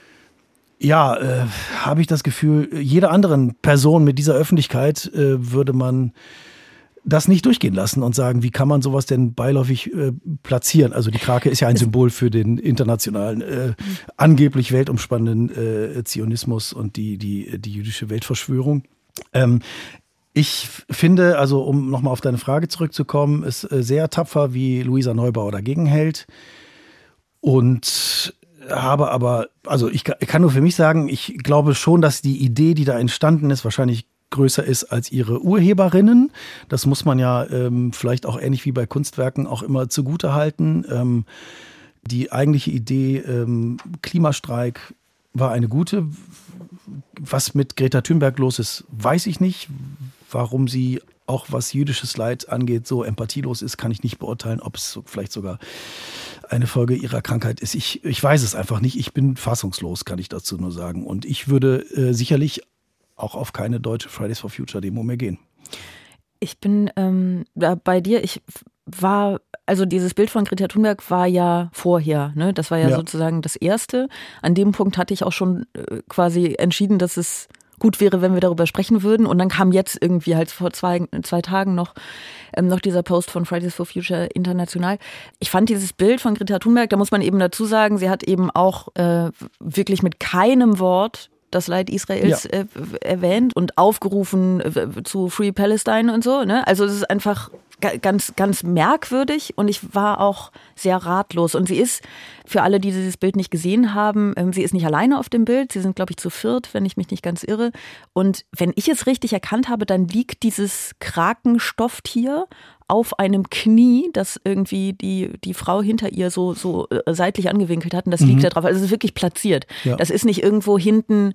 Ja, äh, habe ich das Gefühl, jeder anderen Person mit dieser Öffentlichkeit äh, würde man das nicht durchgehen lassen und sagen, wie kann man sowas denn beiläufig äh, platzieren? Also die Krake ist ja ein Symbol für den internationalen, äh, angeblich weltumspannenden äh, Zionismus und die, die, die jüdische Weltverschwörung. Ähm, ich finde, also um nochmal auf deine Frage zurückzukommen, ist äh, sehr tapfer, wie Luisa Neubauer dagegen hält. Und habe aber, also ich kann nur für mich sagen, ich glaube schon, dass die Idee, die da entstanden ist, wahrscheinlich größer ist als ihre Urheberinnen. Das muss man ja ähm, vielleicht auch ähnlich wie bei Kunstwerken auch immer zugute halten. Ähm, die eigentliche Idee ähm, Klimastreik war eine gute. Was mit Greta Thunberg los ist, weiß ich nicht. Warum sie auch was jüdisches Leid angeht, so empathielos ist, kann ich nicht beurteilen, ob es so vielleicht sogar eine Folge ihrer Krankheit ist. Ich, ich weiß es einfach nicht. Ich bin fassungslos, kann ich dazu nur sagen. Und ich würde äh, sicherlich auch auf keine deutsche Fridays for Future Demo mehr gehen. Ich bin ähm, bei dir. Ich war, also dieses Bild von Greta Thunberg war ja vorher, ne? Das war ja, ja sozusagen das Erste. An dem Punkt hatte ich auch schon äh, quasi entschieden, dass es gut wäre, wenn wir darüber sprechen würden. Und dann kam jetzt irgendwie halt vor zwei, zwei Tagen noch, ähm, noch dieser Post von Fridays for Future international. Ich fand dieses Bild von Greta Thunberg, da muss man eben dazu sagen, sie hat eben auch äh, wirklich mit keinem Wort das Leid Israels ja. äh, erwähnt und aufgerufen äh, zu Free Palestine und so. Ne? Also es ist einfach ganz, ganz merkwürdig und ich war auch sehr ratlos. Und sie ist, für alle, die dieses Bild nicht gesehen haben, ähm, sie ist nicht alleine auf dem Bild. Sie sind, glaube ich, zu viert, wenn ich mich nicht ganz irre. Und wenn ich es richtig erkannt habe, dann liegt dieses Krakenstofftier auf einem Knie, das irgendwie die, die Frau hinter ihr so, so seitlich angewinkelt hat. Und das mhm. liegt da drauf. Also es ist wirklich platziert. Ja. Das ist nicht irgendwo hinten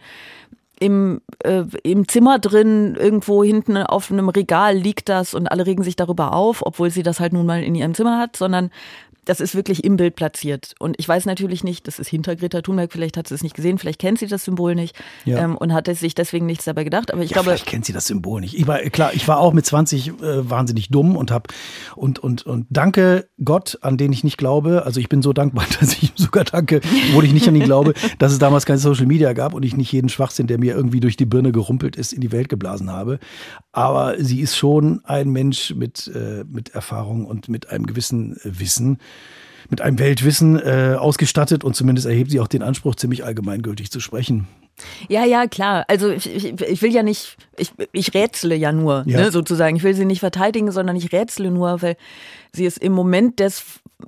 im, äh, im Zimmer drin, irgendwo hinten auf einem Regal liegt das und alle regen sich darüber auf, obwohl sie das halt nun mal in ihrem Zimmer hat, sondern das ist wirklich im Bild platziert. Und ich weiß natürlich nicht, das ist hinter Greta Thunberg, vielleicht hat sie es nicht gesehen, vielleicht kennt sie das Symbol nicht ja. ähm, und hat sich deswegen nichts dabei gedacht. Aber ich ja, glaube, vielleicht kennt sie das Symbol nicht. Ich war, klar, ich war auch mit zwanzig äh, wahnsinnig dumm und hab und, und, und danke Gott, an den ich nicht glaube. Also ich bin so dankbar, dass ich ihm sogar danke, obwohl ich nicht an ihn glaube, dass es damals kein Social Media gab und ich nicht jeden Schwachsinn, der mir irgendwie durch die Birne gerumpelt ist, in die Welt geblasen habe. Aber sie ist schon ein Mensch mit, äh, mit Erfahrung und mit einem gewissen äh, Wissen, mit einem Weltwissen äh, ausgestattet und zumindest erhebt sie auch den Anspruch, ziemlich allgemeingültig zu sprechen. Ja, ja, klar. Also ich, ich, ich will ja nicht, ich, ich rätsele ja nur, ja. Ne, sozusagen. Ich will sie nicht verteidigen, sondern ich rätsele nur, weil sie es im Moment des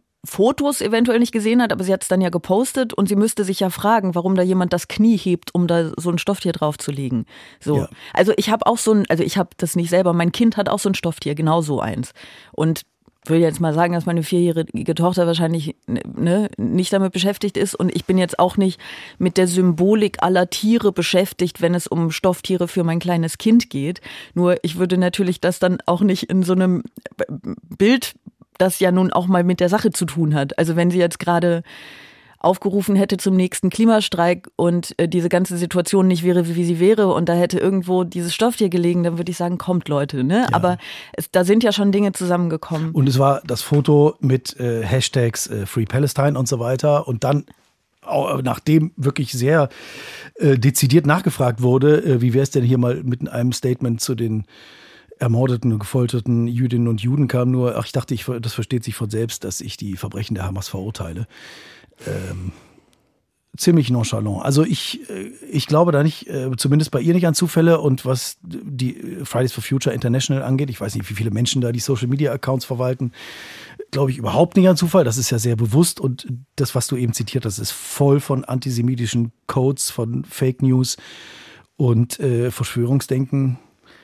Fotos eventuell nicht gesehen hat, aber sie hat es dann ja gepostet und sie müsste sich ja fragen, warum da jemand das Knie hebt, um da so ein Stofftier drauf zu legen. So. Ja. Also ich habe auch so ein, also ich habe das nicht selber, mein Kind hat auch so ein Stofftier, genau so eins. Und will jetzt mal sagen, dass meine vierjährige Tochter wahrscheinlich ne, nicht damit beschäftigt ist und ich bin jetzt auch nicht mit der Symbolik aller Tiere beschäftigt, wenn es um Stofftiere für mein kleines Kind geht. Nur ich würde natürlich das dann auch nicht in so einem Bild, das ja nun auch mal mit der Sache zu tun hat. Also wenn sie jetzt gerade aufgerufen hätte zum nächsten Klimastreik und äh, diese ganze Situation nicht wäre, wie sie wäre und da hätte irgendwo dieses Stofftier gelegen, dann würde ich sagen, kommt Leute. Ne? Ja. Aber es, da sind ja schon Dinge zusammengekommen. Und es war das Foto mit äh, Hashtags äh, Free Palestine und so weiter und dann auch, nachdem wirklich sehr äh, dezidiert nachgefragt wurde, äh, wie wäre es denn hier mal mit einem Statement zu den ermordeten und gefolterten Jüdinnen und Juden, kam nur, ach ich dachte, ich, das versteht sich von selbst, dass ich die Verbrechen der Hamas verurteile. Ähm, ziemlich nonchalant. Also ich, ich glaube da nicht, äh, zumindest bei ihr nicht an Zufälle und was die Fridays for Future International angeht, ich weiß nicht, wie viele Menschen da die Social Media Accounts verwalten, glaube ich überhaupt nicht an Zufall. Das ist ja sehr bewusst und das, was du eben zitiert hast, ist voll von antisemitischen Codes, von Fake News und äh, Verschwörungsdenken.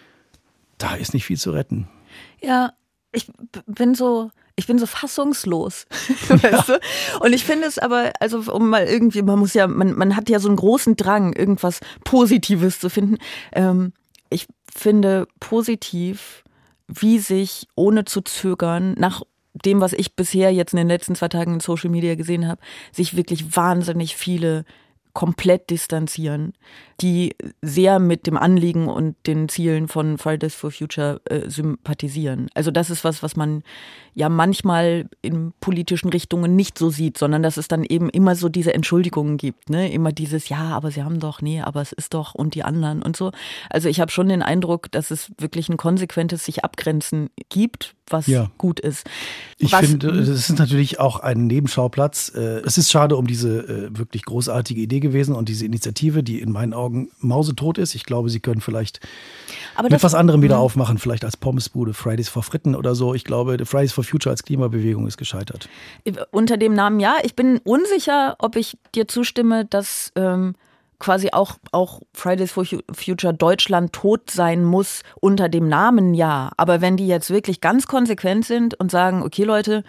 Da ist nicht viel zu retten. Ja, ich bin so... Ich bin so fassungslos, weißt du? Und ich finde es aber, also um mal irgendwie, man muss ja, man, man hat ja so einen großen Drang, irgendwas Positives zu finden. Ähm, ich finde positiv, wie sich ohne zu zögern, nach dem, was ich bisher jetzt in den letzten zwei Tagen in Social Media gesehen habe, sich wirklich wahnsinnig viele komplett distanzieren, die sehr mit dem Anliegen und den Zielen von Fridays for Future äh, sympathisieren. Also das ist was, was man ja manchmal in politischen Richtungen nicht so sieht, sondern dass es dann eben immer so diese Entschuldigungen gibt, ne? Immer dieses, ja, aber sie haben doch, nee, aber es ist doch und die anderen und so. Also ich habe schon den Eindruck, dass es wirklich ein konsequentes sich Abgrenzen gibt, was ja gut ist. Ich was, finde, es ist natürlich auch ein Nebenschauplatz. Es ist schade um diese wirklich großartige Idee gewesen und diese Initiative, die in meinen Augen mausetot ist. Ich glaube, sie können vielleicht aber mit das, was anderem wieder ja. aufmachen, vielleicht als Pommesbude, Fridays for Fritten oder so. Ich glaube, Fridays for Future als Klimabewegung ist gescheitert. Unter dem Namen ja. Ich bin unsicher, ob ich dir zustimme, dass ähm, quasi auch, auch Fridays for Future Deutschland tot sein muss unter dem Namen ja. Aber wenn die jetzt wirklich ganz konsequent sind und sagen, okay Leute,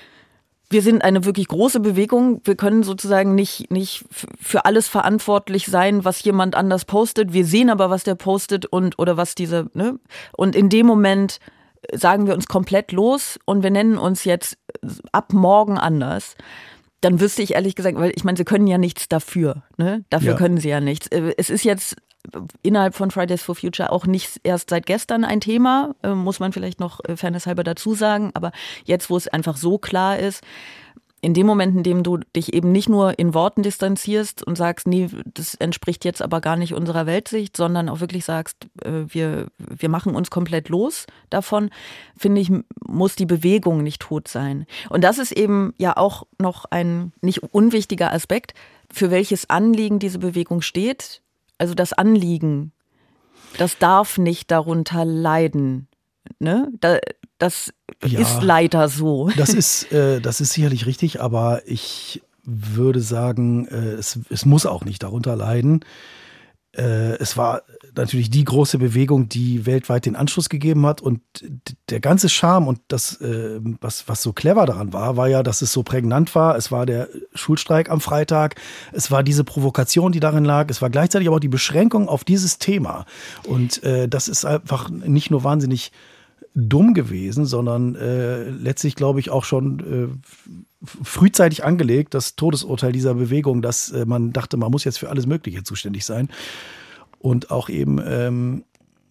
wir sind eine wirklich große Bewegung. Wir können sozusagen nicht, nicht für alles verantwortlich sein, was jemand anders postet. Wir sehen aber, was der postet und oder was diese, ne? Und in dem Moment sagen wir uns komplett los und wir nennen uns jetzt ab morgen anders. Dann wüsste ich ehrlich gesagt, weil ich meine, sie können ja nichts dafür. Ne? Dafür ja. können sie ja nichts. Es ist jetzt innerhalb von Fridays for Future auch nicht erst seit gestern ein Thema, muss man vielleicht noch fairnesshalber dazu sagen. Aber jetzt, wo es einfach so klar ist, in dem Moment, in dem du dich eben nicht nur in Worten distanzierst und sagst, nee, das entspricht jetzt aber gar nicht unserer Weltsicht, sondern auch wirklich sagst, wir, wir machen uns komplett los davon, finde ich, muss die Bewegung nicht tot sein. Und das ist eben ja auch noch ein nicht unwichtiger Aspekt, für welches Anliegen diese Bewegung steht. Also das Anliegen, das darf nicht darunter leiden. Ne? Da, das ja, ist leider so. Das ist, äh, das ist sicherlich richtig, aber ich würde sagen, äh, es, es muss auch nicht darunter leiden. Äh, es war natürlich die große Bewegung, die weltweit den Anschluss gegeben hat und der ganze Charme und das, äh, was, was so clever daran war, war ja, dass es so prägnant war. Es war der Schulstreik am Freitag, es war diese Provokation, die darin lag, es war gleichzeitig aber auch die Beschränkung auf dieses Thema und äh, das ist einfach nicht nur wahnsinnig dumm gewesen, sondern äh, letztlich, glaube ich, auch schon äh, frühzeitig angelegt, das Todesurteil dieser Bewegung, dass äh, man dachte, man muss jetzt für alles Mögliche zuständig sein und auch eben ähm,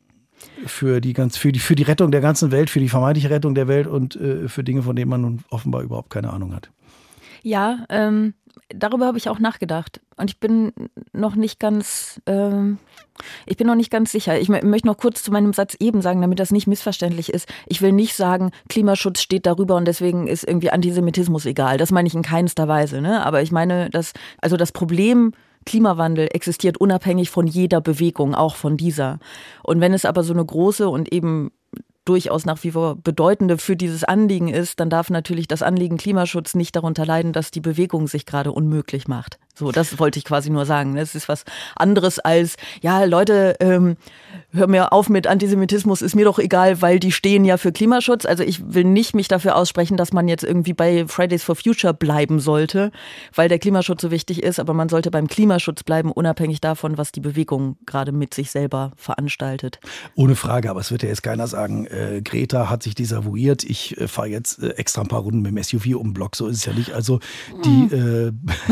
für die ganz, für die, für die Rettung der ganzen Welt, für die vermeintliche Rettung der Welt und äh, für Dinge, von denen man nun offenbar überhaupt keine Ahnung hat. Ja, ähm, darüber habe ich auch nachgedacht und ich bin noch nicht ganz, ähm, ich bin noch nicht ganz sicher. Ich möchte noch kurz zu meinem Satz eben sagen, damit das nicht missverständlich ist. Ich will nicht sagen, Klimaschutz steht darüber und deswegen ist irgendwie Antisemitismus egal. Das meine ich in keinster Weise, ne? Aber ich meine, dass also das Problem Klimawandel existiert unabhängig von jeder Bewegung, auch von dieser. Und wenn es aber so eine große und eben durchaus nach wie vor bedeutende für dieses Anliegen ist, dann darf natürlich das Anliegen Klimaschutz nicht darunter leiden, dass die Bewegung sich gerade unmöglich macht. So, das wollte ich quasi nur sagen. Das ist was anderes als, ja, Leute, ähm, hör mir auf mit Antisemitismus, ist mir doch egal, weil die stehen ja für Klimaschutz. Also ich will nicht mich dafür aussprechen, dass man jetzt irgendwie bei Fridays for Future bleiben sollte, weil der Klimaschutz so wichtig ist, aber man sollte beim Klimaschutz bleiben, unabhängig davon, was die Bewegung gerade mit sich selber veranstaltet. Ohne Frage, aber es wird ja jetzt keiner sagen, äh, Greta hat sich desavouiert, ich äh, fahre jetzt äh, extra ein paar Runden mit dem S U V um den Block, so ist es ja nicht. Also die, äh,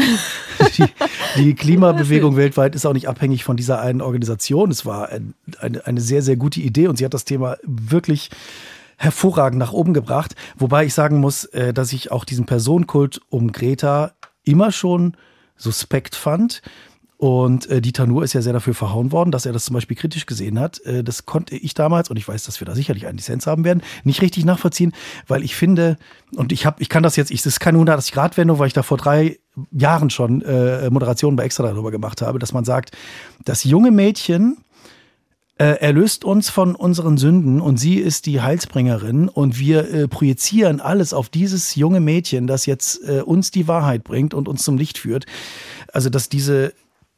die, die Klimabewegung weltweit ist auch nicht abhängig von dieser einen Organisation. Es war ein, eine, eine sehr, sehr gute Idee und sie hat das Thema wirklich hervorragend nach oben gebracht. Wobei ich sagen muss, äh, dass ich auch diesen Personenkult um Greta immer schon suspekt fand. Und äh, Dieter Nuhr ist ja sehr dafür verhauen worden, dass er das zum Beispiel kritisch gesehen hat. Äh, das konnte ich damals, und ich weiß, dass wir da sicherlich einen Dissens haben werden, nicht richtig nachvollziehen, weil ich finde, und ich habe, ich kann das jetzt, ich, das ist keine hundertachtzig-Grad-Wendung, weil ich da vor drei Jahren schon äh, Moderationen bei Extra darüber gemacht habe, dass man sagt, das junge Mädchen äh, erlöst uns von unseren Sünden und sie ist die Heilsbringerin und wir äh, projizieren alles auf dieses junge Mädchen, das jetzt äh, uns die Wahrheit bringt und uns zum Licht führt. Also, dass diese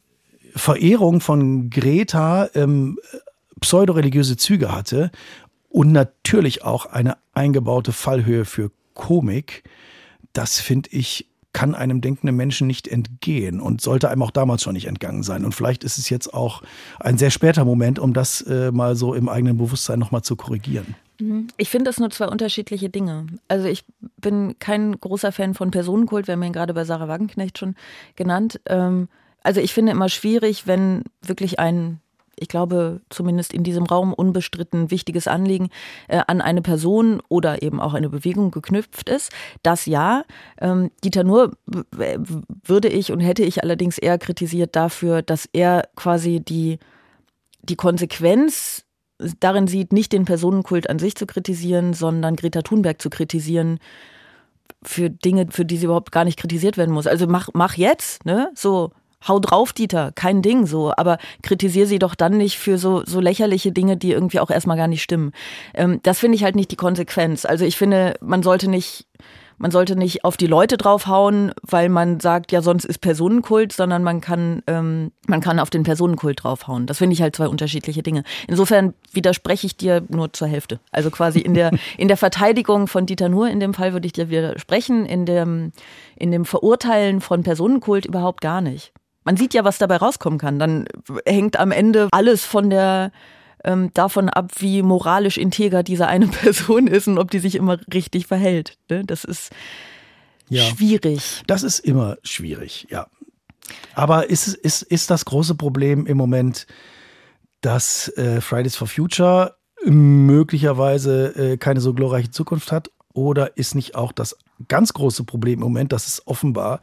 Verehrung von Greta ähm, pseudoreligiöse Züge hatte und natürlich auch eine eingebaute Fallhöhe für Komik, das finde ich, kann einem denkenden Menschen nicht entgehen und sollte einem auch damals schon nicht entgangen sein. Und vielleicht ist es jetzt auch ein sehr später Moment, um das äh, mal so im eigenen Bewusstsein nochmal zu korrigieren. Ich finde das nur zwei unterschiedliche Dinge. Also ich bin kein großer Fan von Personenkult, wir haben ihn gerade bei Sarah Wagenknecht schon genannt. Ähm, Also ich finde immer schwierig, wenn wirklich ein, ich glaube zumindest in diesem Raum unbestritten wichtiges Anliegen äh, an eine Person oder eben auch eine Bewegung geknüpft ist. Das ja. Ähm, Dieter Nuhr w- würde ich und hätte ich allerdings eher kritisiert dafür, dass er quasi die, die Konsequenz darin sieht, nicht den Personenkult an sich zu kritisieren, sondern Greta Thunberg zu kritisieren für Dinge, für die sie überhaupt gar nicht kritisiert werden muss. Also mach, mach jetzt, ne, so. Hau drauf, Dieter, kein Ding so, aber kritisiere sie doch dann nicht für so, so lächerliche Dinge, die irgendwie auch erstmal gar nicht stimmen. Ähm, das finde ich halt nicht die Konsequenz. Also ich finde, man sollte nicht, man sollte nicht auf die Leute draufhauen, weil man sagt, ja, sonst ist Personenkult, sondern man kann, ähm, man kann auf den Personenkult draufhauen. Das finde ich halt zwei unterschiedliche Dinge. Insofern widerspreche ich dir nur zur Hälfte. Also quasi in der, in der Verteidigung von Dieter Nuhr in dem Fall würde ich dir widersprechen, in dem, in dem Verurteilen von Personenkult überhaupt gar nicht. Man sieht ja, was dabei rauskommen kann. Dann hängt am Ende alles von der, ähm, davon ab, wie moralisch integer diese eine Person ist und ob die sich immer richtig verhält. Ne? Das ist ja schwierig. Das ist immer schwierig, ja. Aber ist, ist, ist das große Problem im Moment, dass äh, Fridays for Future möglicherweise äh, keine so glorreiche Zukunft hat? Oder ist nicht auch das ganz große Problem im Moment, dass es offenbar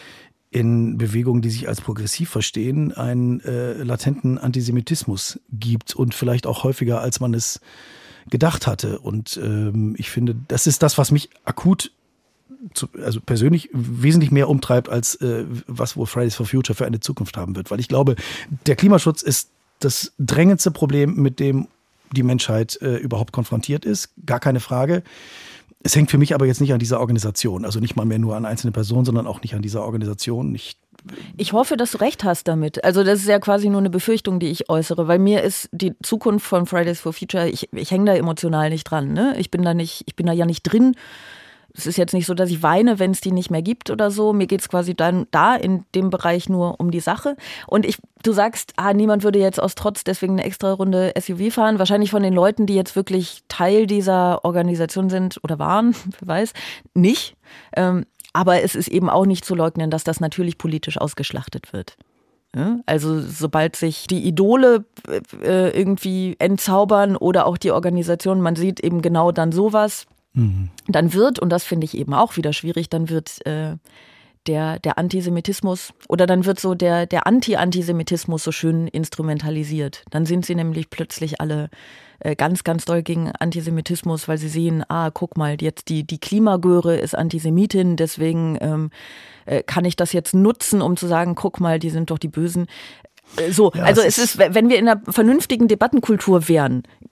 in Bewegungen, die sich als progressiv verstehen, einen äh, latenten Antisemitismus gibt und vielleicht auch häufiger, als man es gedacht hatte. Und ähm, ich finde, das ist das, was mich akut, zu, also persönlich wesentlich mehr umtreibt, als äh, was wohl Fridays for Future für eine Zukunft haben wird. Weil ich glaube, der Klimaschutz ist das drängendste Problem, mit dem die Menschheit äh, überhaupt konfrontiert ist. Gar keine Frage. Es hängt für mich aber jetzt nicht an dieser Organisation, also nicht mal mehr nur an einzelne Personen, sondern auch nicht an dieser Organisation. Ich, ich hoffe, dass du recht hast damit. Also das ist ja quasi nur eine Befürchtung, die ich äußere, weil mir ist die Zukunft von Fridays for Future, ich, ich hänge da emotional nicht dran. Ne? Ich bin da nicht, ich bin da ja nicht drin. Es ist jetzt nicht so, dass ich weine, wenn es die nicht mehr gibt oder so. Mir geht es quasi dann da in dem Bereich nur um die Sache. Und ich, du sagst, ah, niemand würde jetzt aus Trotz deswegen eine extra Runde S U V fahren. Wahrscheinlich von den Leuten, die jetzt wirklich Teil dieser Organisation sind oder waren, wer weiß, nicht. Ähm, aber es ist eben auch nicht zu leugnen, dass das natürlich politisch ausgeschlachtet wird. Ja? Also sobald sich die Idole äh, irgendwie entzaubern oder auch die Organisation, man sieht eben genau dann sowas, dann wird, und das finde ich eben auch wieder schwierig, dann wird äh, der, der Antisemitismus oder dann wird so der, der Anti-Antisemitismus so schön instrumentalisiert. Dann sind sie nämlich plötzlich alle äh, ganz, ganz doll gegen Antisemitismus, weil sie sehen, ah, guck mal, jetzt die, die Klimagöre ist Antisemitin, deswegen ähm, äh, kann ich das jetzt nutzen, um zu sagen, guck mal, die sind doch die Bösen. So, ja, also es ist, wenn wir in einer vernünftigen Debattenkultur wären,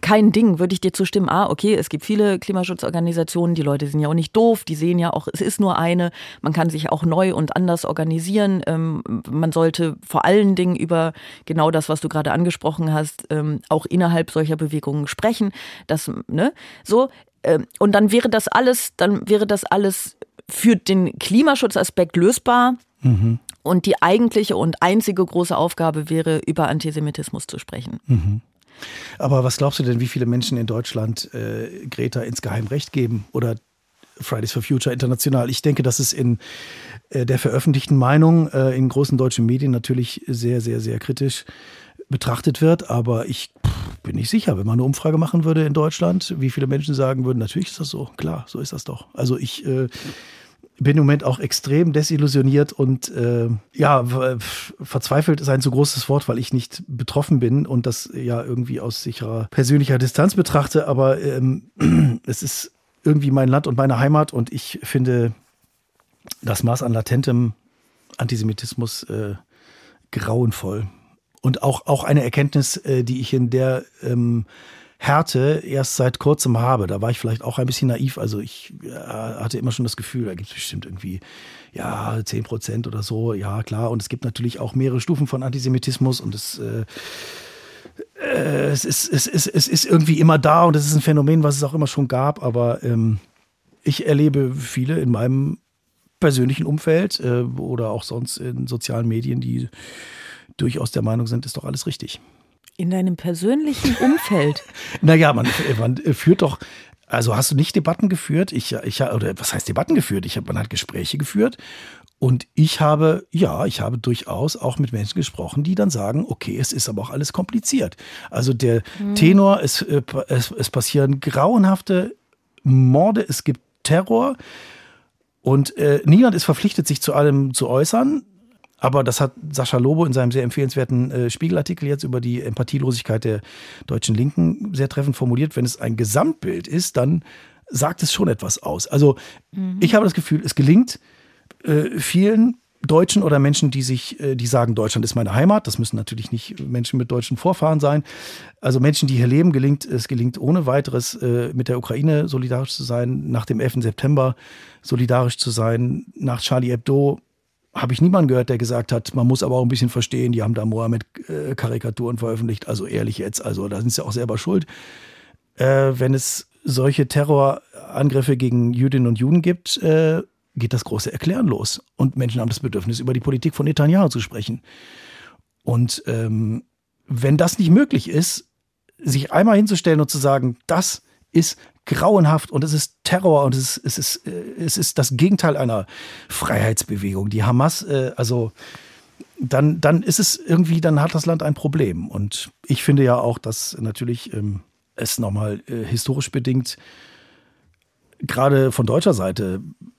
kein Ding, würde ich dir zustimmen. Ah, okay, es gibt viele Klimaschutzorganisationen, die Leute sind ja auch nicht doof, die sehen ja auch, es ist nur eine, man kann sich auch neu und anders organisieren. Ähm, man sollte vor allen Dingen über genau das, was du gerade angesprochen hast, ähm, auch innerhalb solcher Bewegungen sprechen. Das, ne, so. Ähm, und dann wäre das alles, dann wäre das alles für den Klimaschutzaspekt lösbar. Mhm. Und die eigentliche und einzige große Aufgabe wäre, über Antisemitismus zu sprechen. Mhm. Aber was glaubst du denn, wie viele Menschen in Deutschland äh, Greta insgeheim Recht geben oder Fridays for Future international? Ich denke, dass es in äh, der veröffentlichten Meinung äh, in großen deutschen Medien natürlich sehr, sehr, sehr kritisch betrachtet wird. Aber ich pff, bin nicht sicher, wenn man eine Umfrage machen würde in Deutschland, wie viele Menschen sagen würden, natürlich ist das so, klar, so ist das doch. Also ich äh, bin im Moment auch extrem desillusioniert und äh, ja, verzweifelt ist ein zu großes Wort, weil ich nicht betroffen bin und das ja irgendwie aus sicherer persönlicher Distanz betrachte, aber ähm, es ist irgendwie mein Land und meine Heimat und ich finde das Maß an latentem Antisemitismus äh, grauenvoll. Und auch, auch eine Erkenntnis, äh, die ich in der ähm, Härte erst seit kurzem habe. Da war ich vielleicht auch ein bisschen naiv. Also ich äh, hatte immer schon das Gefühl, da gibt es bestimmt irgendwie ja zehn Prozent oder so. Ja, klar. Und es gibt natürlich auch mehrere Stufen von Antisemitismus und es, äh, äh, es, ist, es, ist, es ist irgendwie immer da und es ist ein Phänomen, was es auch immer schon gab. Aber ähm, ich erlebe viele in meinem persönlichen Umfeld äh, oder auch sonst in sozialen Medien, die durchaus der Meinung sind, ist doch alles richtig. In deinem persönlichen Umfeld? Naja, man, man führt doch, also hast du nicht Debatten geführt? Ich, ich, oder was heißt Debatten geführt? Ich, man hat Gespräche geführt und ich habe, ja, ich habe durchaus auch mit Menschen gesprochen, die dann sagen, okay, es ist aber auch alles kompliziert. Also der hm. Tenor, es, es, es passieren grauenhafte Morde, es gibt Terror und äh, niemand ist verpflichtet, sich zu allem zu äußern. Aber das hat Sascha Lobo in seinem sehr empfehlenswerten äh, Spiegelartikel jetzt über die Empathielosigkeit der deutschen Linken sehr treffend formuliert. Wenn es ein Gesamtbild ist, dann sagt es schon etwas aus. Also mhm. ich habe das Gefühl, es gelingt äh, vielen Deutschen oder Menschen, die sich, äh, die sagen, Deutschland ist meine Heimat. Das müssen natürlich nicht Menschen mit deutschen Vorfahren sein. Also Menschen, die hier leben, gelingt es gelingt ohne weiteres äh, mit der Ukraine solidarisch zu sein, nach dem elften September solidarisch zu sein, nach Charlie Hebdo. Habe ich niemanden gehört, der gesagt hat, man muss aber auch ein bisschen verstehen, die haben da Mohammed-Karikaturen veröffentlicht, also ehrlich jetzt, also da sind sie auch selber schuld. Äh, wenn es solche Terrorangriffe gegen Jüdinnen und Juden gibt, äh, geht das große Erklären los. Und Menschen haben das Bedürfnis, über die Politik von Netanyahu zu sprechen. Und ähm, wenn das nicht möglich ist, sich einmal hinzustellen und zu sagen, das ist grauenhaft und es ist Terror und es ist, es ist, es ist das Gegenteil einer Freiheitsbewegung. Die Hamas, äh, also dann, dann ist es irgendwie, dann hat das Land ein Problem. Und ich finde ja auch, dass natürlich ähm, es nochmal äh, historisch bedingt gerade von deutscher Seite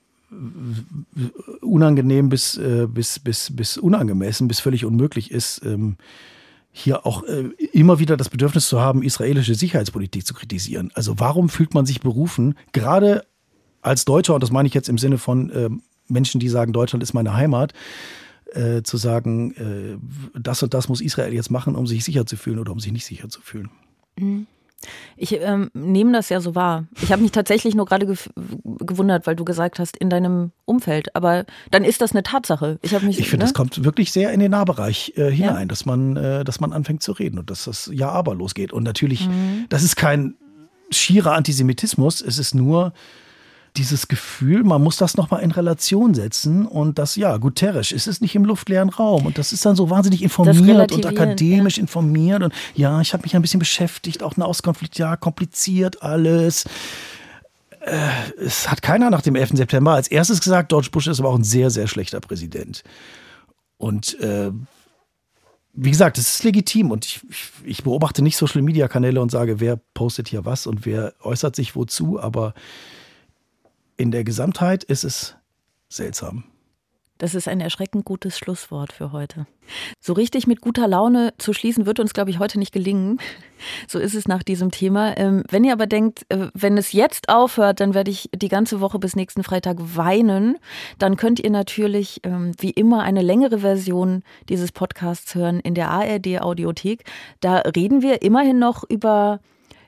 unangenehm bis, äh, bis, bis, bis unangemessen, bis völlig unmöglich ist, ähm, hier auch äh, immer wieder das Bedürfnis zu haben, israelische Sicherheitspolitik zu kritisieren. Also warum fühlt man sich berufen, gerade als Deutscher, und das meine ich jetzt im Sinne von äh, Menschen, die sagen, Deutschland ist meine Heimat, äh, zu sagen, äh, das und das muss Israel jetzt machen, um sich sicher zu fühlen oder um sich nicht sicher zu fühlen. Mhm. Ich ähm, nehme das ja so wahr. Ich habe mich tatsächlich nur gerade ge- gewundert, weil du gesagt hast, in deinem Umfeld. Aber dann ist das eine Tatsache. Ich, mich, ich finde, ne? das kommt wirklich sehr in den Nahbereich äh, hinein, ja. dass man, äh, dass man anfängt zu reden und dass das Ja, aber losgeht. Und natürlich, mhm. das ist kein schierer Antisemitismus, es ist nur dieses Gefühl, man muss das nochmal in Relation setzen und das, ja, Guterres, es ist nicht im luftleeren Raum und das ist dann so wahnsinnig informiert und akademisch ja. informiert und ja, ich habe mich ein bisschen beschäftigt, auch Nahostkonflikt, ja, kompliziert alles. Äh, es hat keiner nach dem elften September als erstes gesagt, George Bush ist aber auch ein sehr, sehr schlechter Präsident. Und äh, wie gesagt, es ist legitim und ich, ich beobachte nicht Social-Media-Kanäle und sage, wer postet hier was und wer äußert sich wozu, aber in der Gesamtheit ist es seltsam. Das ist ein erschreckend gutes Schlusswort für heute. So richtig mit guter Laune zu schließen, wird uns, glaube ich, heute nicht gelingen. So ist es nach diesem Thema. Ähm, wenn ihr aber denkt, äh, wenn es jetzt aufhört, dann werde ich die ganze Woche bis nächsten Freitag weinen. Dann könnt ihr natürlich ähm, wie immer eine längere Version dieses Podcasts hören in der A R D-Audiothek. Da reden wir immerhin noch über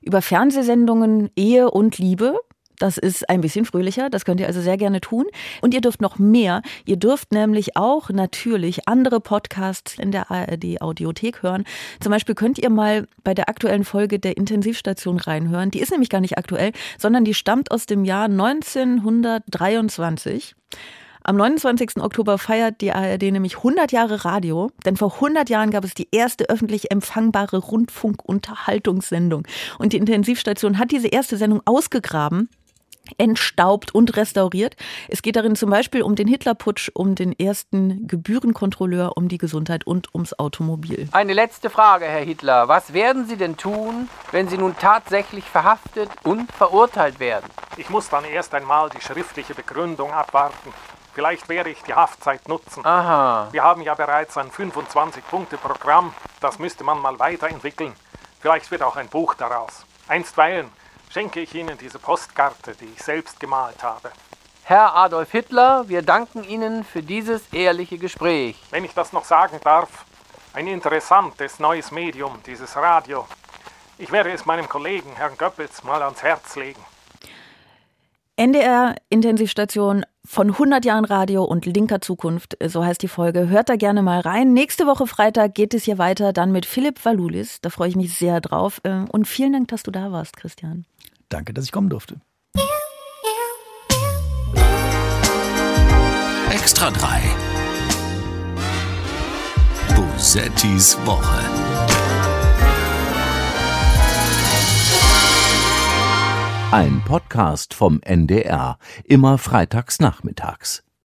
über Fernsehsendungen Ehe und Liebe. Das ist ein bisschen fröhlicher, das könnt ihr also sehr gerne tun. Und ihr dürft noch mehr. Ihr dürft nämlich auch natürlich andere Podcasts in der A R D-Audiothek hören. Zum Beispiel könnt ihr mal bei der aktuellen Folge der Intensivstation reinhören. Die ist nämlich gar nicht aktuell, sondern die stammt aus dem Jahr neunzehnhundertdreiundzwanzig. Am neunundzwanzigsten Oktober feiert die A R D nämlich hundert Jahre Radio, denn vor hundert Jahren gab es die erste öffentlich empfangbare Rundfunkunterhaltungssendung. Und die Intensivstation hat diese erste Sendung ausgegraben, entstaubt und restauriert. Es geht darin zum Beispiel um den Hitlerputsch, um den ersten Gebührenkontrolleur, um die Gesundheit und ums Automobil. Eine letzte Frage, Herr Hitler. Was werden Sie denn tun, wenn Sie nun tatsächlich verhaftet und verurteilt werden? Ich muss dann erst einmal die schriftliche Begründung abwarten. Vielleicht werde ich die Haftzeit nutzen. Aha. Wir haben ja bereits ein fünfundzwanzig-Punkte-Programm. Das müsste man mal weiterentwickeln. Vielleicht wird auch ein Buch daraus. Einstweilen schenke ich Ihnen diese Postkarte, die ich selbst gemalt habe. Herr Adolf Hitler, wir danken Ihnen für dieses ehrliche Gespräch. Wenn ich das noch sagen darf, ein interessantes neues Medium, dieses Radio. Ich werde es meinem Kollegen, Herrn Goebbels, mal ans Herz legen. N D R-Intensivstation von hundert Jahren Radio und linker Zukunft, so heißt die Folge. Hört da gerne mal rein. Nächste Woche Freitag geht es hier weiter, dann mit Philipp Valulis. Da freue ich mich sehr drauf. Und vielen Dank, dass du da warst, Christian. Danke, dass ich kommen durfte. Extra drei. Bosettis Woche. Ein Podcast vom N D R, immer freitags nachmittags.